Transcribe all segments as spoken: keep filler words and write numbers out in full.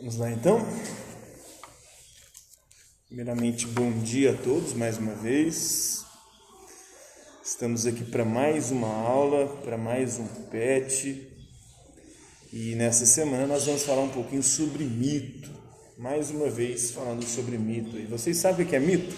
Vamos lá então. Primeiramente, bom dia a todos mais uma vez. Estamos aqui para mais uma aula, para mais um P E T. E nessa semana nós vamos falar um pouquinho sobre mito. Mais uma vez falando sobre mito. E vocês sabem o que é mito?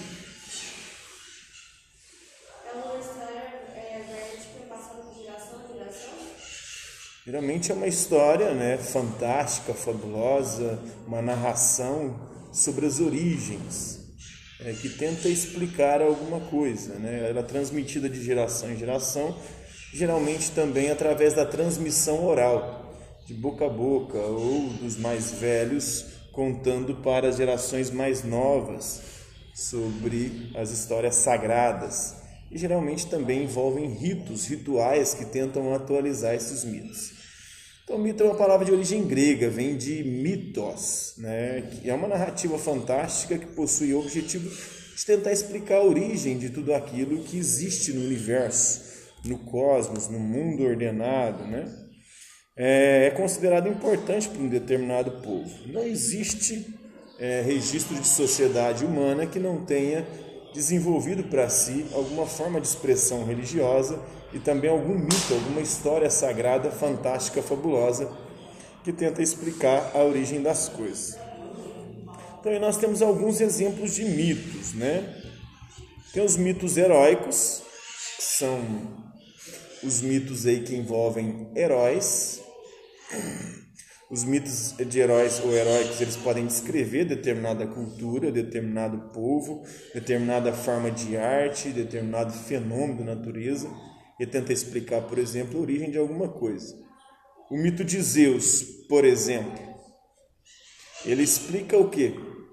É uma história é, verídica passada de geração em geração? Geralmente é uma história, né, fantástica, fabulosa, uma narração sobre as origens, é, que tenta explicar alguma coisa, né? Ela é transmitida de geração em geração, geralmente também através da transmissão oral, de boca a boca, ou dos mais velhos contando para as gerações mais novas sobre as histórias sagradas. E geralmente também envolvem ritos, rituais que tentam atualizar esses mitos. Então, mito é uma palavra de origem grega, vem de mitos, né? Que é uma narrativa fantástica que possui o objetivo de tentar explicar a origem de tudo aquilo que existe no universo, no cosmos, no mundo ordenado, né? É considerado importante para um determinado povo. Não existe é, registro de sociedade humana que não tenha desenvolvido para si alguma forma de expressão religiosa e também algum mito, alguma história sagrada, fantástica, fabulosa, que tenta explicar a origem das coisas. Então, aí nós temos alguns exemplos de mitos, né? Tem os mitos heróicos, que são os mitos aí que envolvem heróis. Os mitos de heróis ou heróicos, eles podem descrever determinada cultura, determinado povo, determinada forma de arte, determinado fenômeno da natureza, e tenta explicar, por exemplo, a origem de alguma coisa. O mito de Zeus, por exemplo, ele explica o quê?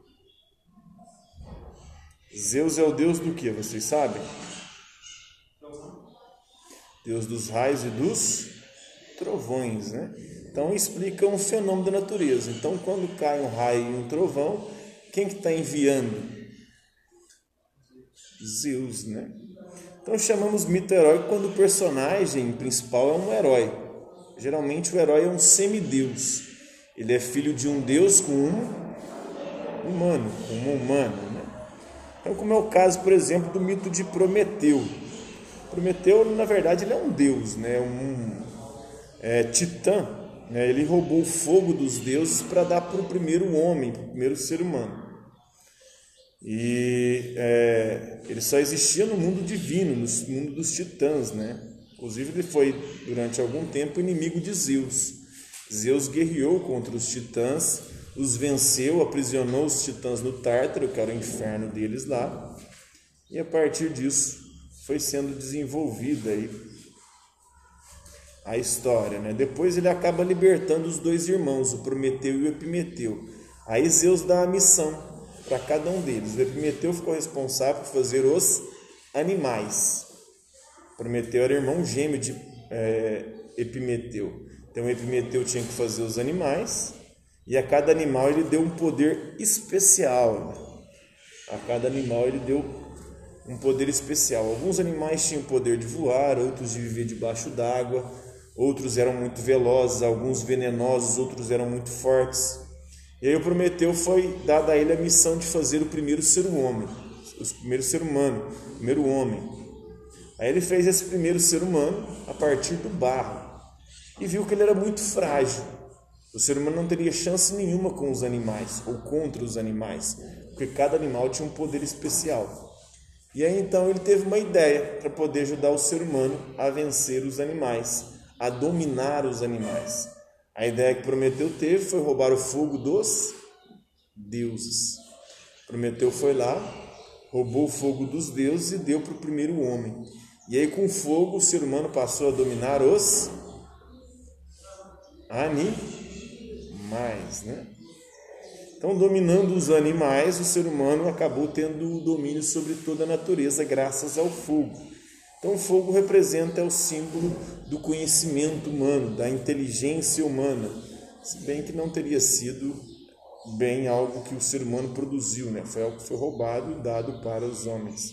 Zeus é o deus do quê? Vocês sabem? Deus dos raios e dos trovões, né? Então explica um fenômeno da natureza. Então, quando cai um raio e um trovão, quem que está enviando? Zeus, né? Então chamamos mito heróico quando o personagem principal é um herói. Geralmente o herói é um semideus. Ele é filho de um deus com um humano, com uma humana, né? Então, como é o caso, por exemplo, do mito de Prometeu. Prometeu, na verdade, ele é um deus, né? Um é, titã, né? Ele roubou o fogo dos deuses para dar para o primeiro homem, para o primeiro ser humano. E é, ele só existia no mundo divino, no mundo dos titãs, né? Inclusive ele foi, durante algum tempo, inimigo de Zeus. Zeus guerreou contra os titãs, os venceu, aprisionou os titãs no Tártaro, que era o inferno deles lá, e a partir disso foi sendo desenvolvida aí a história, né? Depois ele acaba libertando os dois irmãos, o Prometeu e o Epimeteu. Aí Zeus dá a missão para cada um deles. O Epimeteu ficou responsável por fazer os animais. Prometeu era irmão gêmeo de é, Epimeteu. Então Epimeteu tinha que fazer os animais, e a cada animal ele deu um poder especial, né? A cada animal ele deu um poder especial. Alguns animais tinham o poder de voar, outros de viver debaixo d'água, outros eram muito velozes, alguns venenosos, outros eram muito fortes. E aí o Prometeu foi dada a ele a missão de fazer o primeiro ser homem, o primeiro ser humano, o primeiro homem. Aí ele fez esse primeiro ser humano a partir do barro e viu que ele era muito frágil. O ser humano não teria chance nenhuma com os animais ou contra os animais, porque cada animal tinha um poder especial. E aí então ele teve uma ideia para poder ajudar o ser humano a vencer os animais, a dominar os animais. A ideia que Prometeu teve foi roubar o fogo dos deuses. Prometeu foi lá, roubou o fogo dos deuses e deu para o primeiro homem. E aí com o fogo o ser humano passou a dominar os animais, né? Então, dominando os animais, o ser humano acabou tendo o domínio sobre toda a natureza graças ao fogo. Então, o fogo representa o símbolo do conhecimento humano, da inteligência humana, se bem que não teria sido bem algo que o ser humano produziu, né? Foi algo que foi roubado e dado para os homens.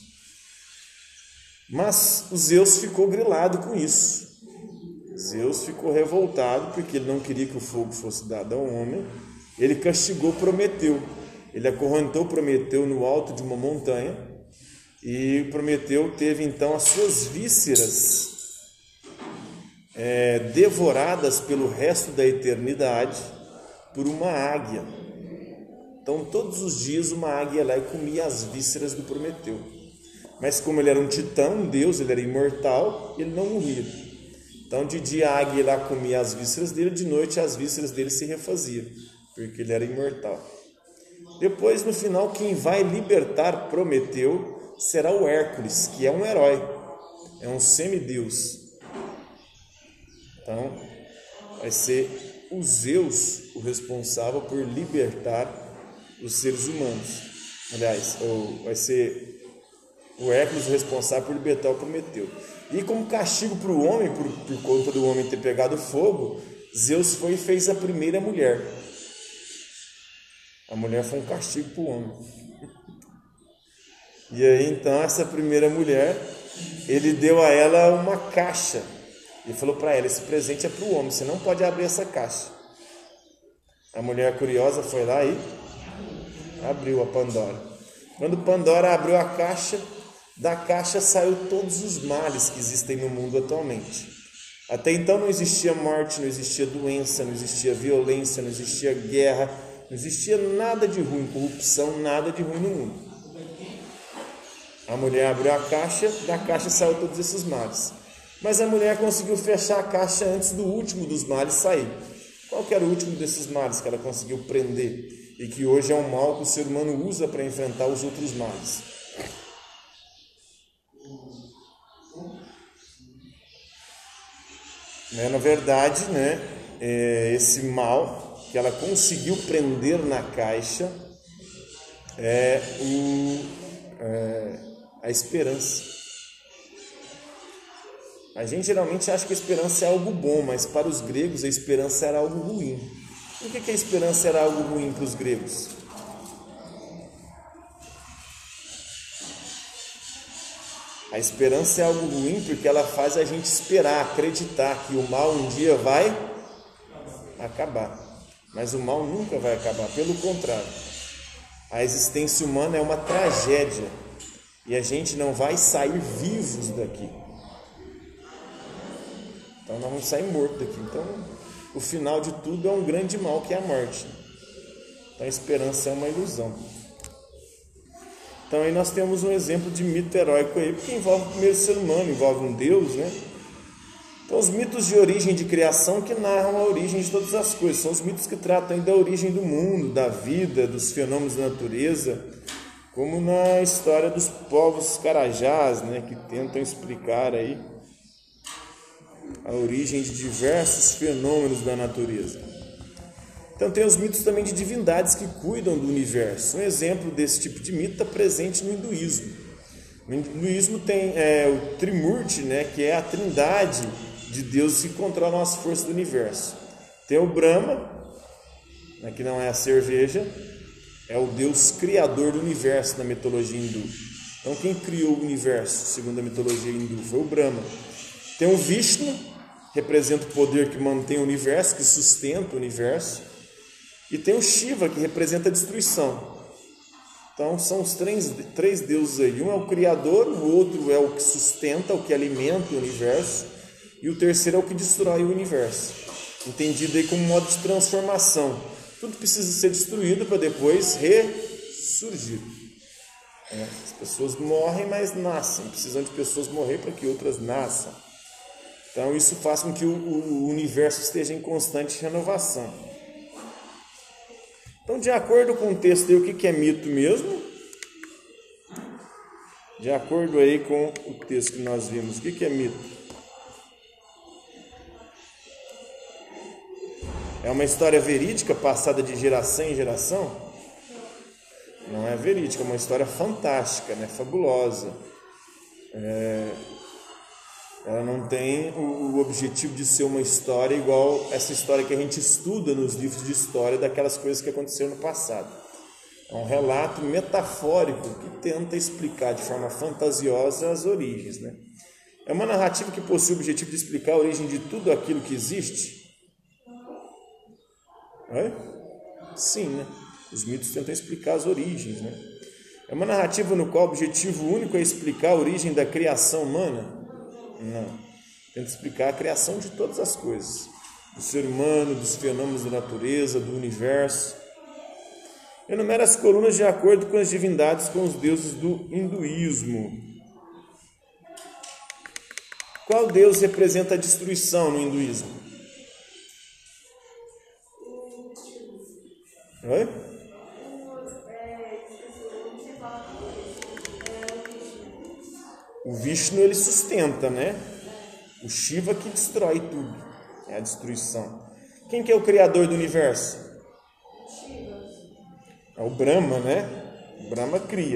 Mas o Zeus ficou grilado com isso. Zeus ficou revoltado porque ele não queria que o fogo fosse dado ao homem ele castigou Prometeu. Ele acorrentou Prometeu no alto de uma montanha e Prometeu teve então as suas vísceras é, devoradas pelo resto da eternidade por uma águia. Então todos os dias uma águia ia lá e comia as vísceras do Prometeu. Mas como ele era um titã, um deus, ele era imortal, ele não morria. Então de dia a águia ia lá comia as vísceras dele, de noite as vísceras dele se refaziam, porque ele era imortal. Depois, no final, quem vai libertar Prometeu será o Hércules, que é um herói, é um semideus. Então, vai ser o Zeus o responsável por libertar os seres humanos. Aliás, vai ser o Hércules o responsável por libertar o Prometeu. E como castigo para o homem, por, por conta do homem ter pegado fogo, Zeus foi e fez a primeira mulher. A mulher foi um castigo para o homem. E aí, então, essa primeira mulher, ele deu a ela uma caixa. E falou para ela, esse presente é para o homem, você não pode abrir essa caixa. A mulher curiosa foi lá e abriu a Pandora. Quando Pandora abriu a caixa, da caixa saiu todos os males que existem no mundo atualmente. Até então não existia morte, não existia doença, não existia violência, não existia guerra, não existia nada de ruim, corrupção, nada de ruim no mundo. A mulher abriu a caixa, da caixa saiu todos esses males. Mas a mulher conseguiu fechar a caixa antes do último dos males sair. Qual que era o último desses males que ela conseguiu prender? E que hoje é um mal que o ser humano usa para enfrentar os outros males. Né, na verdade, né, é, esse mal que ela conseguiu prender na caixa é, o, é a esperança. A gente geralmente acha que a esperança é algo bom, mas para os gregos a esperança era algo ruim. Por que, que a esperança era algo ruim para os gregos? A esperança é algo ruim porque ela faz a gente esperar, acreditar que o mal um dia vai acabar. Mas o mal nunca vai acabar, pelo contrário. A existência humana é uma tragédia e a gente não vai sair vivos daqui. Então nós vamos sair mortos daqui. Então o final de tudo é um grande mal que é a morte. Então a esperança é uma ilusão. Então aí nós temos um exemplo de mito heróico aí, porque envolve o primeiro ser humano, envolve um Deus, né? Então os mitos de origem de criação que narram a origem de todas as coisas, são os mitos que tratam da origem do mundo, da vida, dos fenômenos da natureza, como na história dos povos carajás, né? Que tentam explicar aí a origem de diversos fenômenos da natureza. Então tem os mitos também de divindades que cuidam do universo. Um exemplo desse tipo de mito está presente no hinduísmo. No hinduísmo tem é, o Trimurti, né, que é a trindade de deuses que controlam as forças do universo. Tem o Brahma, né, que não é a cerveja, é o deus criador do universo na mitologia hindu. Então quem criou o universo, segundo a mitologia hindu, foi o Brahma. Tem o Vishnu, representa o poder que mantém o universo, que sustenta o universo. E tem o Shiva, que representa a destruição. Então são os três, três deuses aí. Um é o criador, o outro é o que sustenta, o que alimenta o universo. E o terceiro é o que destrói o universo. Entendido aí como modo de transformação. Tudo precisa ser destruído para depois ressurgir. É, as pessoas morrem, mas nascem. Precisam de pessoas morrer para que outras nasçam. Então isso faz com que o, o universo esteja em constante renovação. Então, de acordo com o texto aí, o que é mito mesmo? De acordo aí com o texto que nós vimos, o que é mito? É uma história verídica passada de geração em geração? Não é verídica, é uma história fantástica, né? Fabulosa. É... Ela não tem o objetivo de ser uma história igual essa história que a gente estuda nos livros de história daquelas coisas que aconteceram no passado. É um relato metafórico que tenta explicar de forma fantasiosa as origens, né? É uma narrativa que possui o objetivo de explicar a origem de tudo aquilo que existe. Oi? Sim, né? Os mitos tentam explicar as origens, né? É uma narrativa no qual o objetivo único é explicar a origem da criação humana? Não. Tenta explicar a criação de todas as coisas. Do ser humano, dos fenômenos da natureza, do universo. Enumera as colunas de acordo com as divindades, com os deuses do hinduísmo. Qual deus representa a destruição no hinduísmo? Oi? O Vishnu, ele sustenta, né? O Shiva que destrói tudo. É a destruição. Quem que é o criador do universo? É o Brahma, né? O Brahma cria.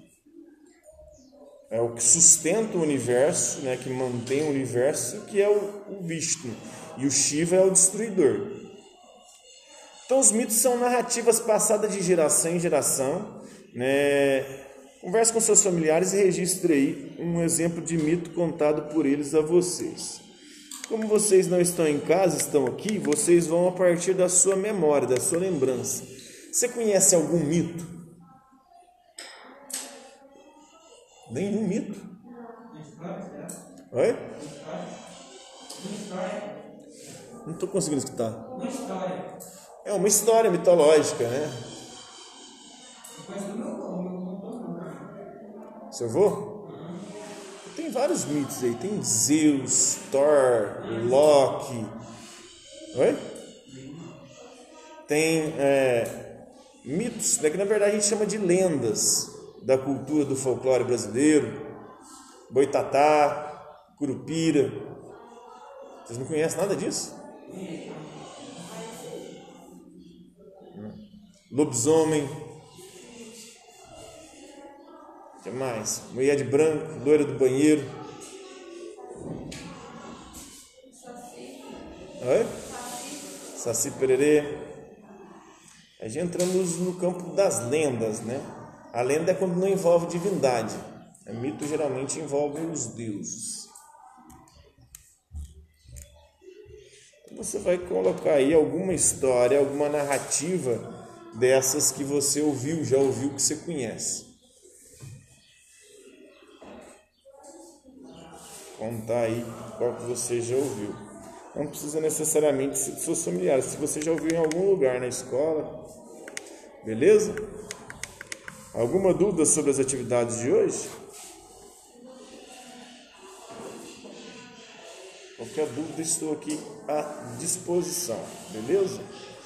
É o que sustenta o universo, né? Que mantém o universo, que é o, o Vishnu. E o Shiva é o destruidor. Então, os mitos são narrativas passadas de geração em geração, né? Converse com seus familiares e registre aí um exemplo de mito contado por eles a vocês. Como vocês não estão em casa, estão aqui, vocês vão a partir da sua memória, da sua lembrança. Você conhece algum mito? Nenhum mito? Oi? Não estou conseguindo escutar. Uma história. É uma história mitológica, né? Seu avô? Tem vários mitos aí. Tem Zeus, Thor, Loki. Oi? Tem é, mitos, né, que na verdade a gente chama de lendas da cultura do folclore brasileiro. Boitatá, Curupira. Vocês não conhecem nada disso? Lobisomem. O que mais? Mulher de branco, loira do banheiro. Oi? Saci Pererê. Aí já entramos no campo das lendas, né? A lenda é quando não envolve divindade. O mito geralmente envolve os deuses. Então você vai colocar aí alguma história, alguma narrativa dessas que você ouviu, já ouviu, que você conhece. Contar aí qual que você já ouviu. Não precisa necessariamente ser de seus familiares. Se você já ouviu em algum lugar na escola, beleza? Alguma dúvida sobre as atividades de hoje? Qualquer dúvida, estou aqui à disposição, beleza?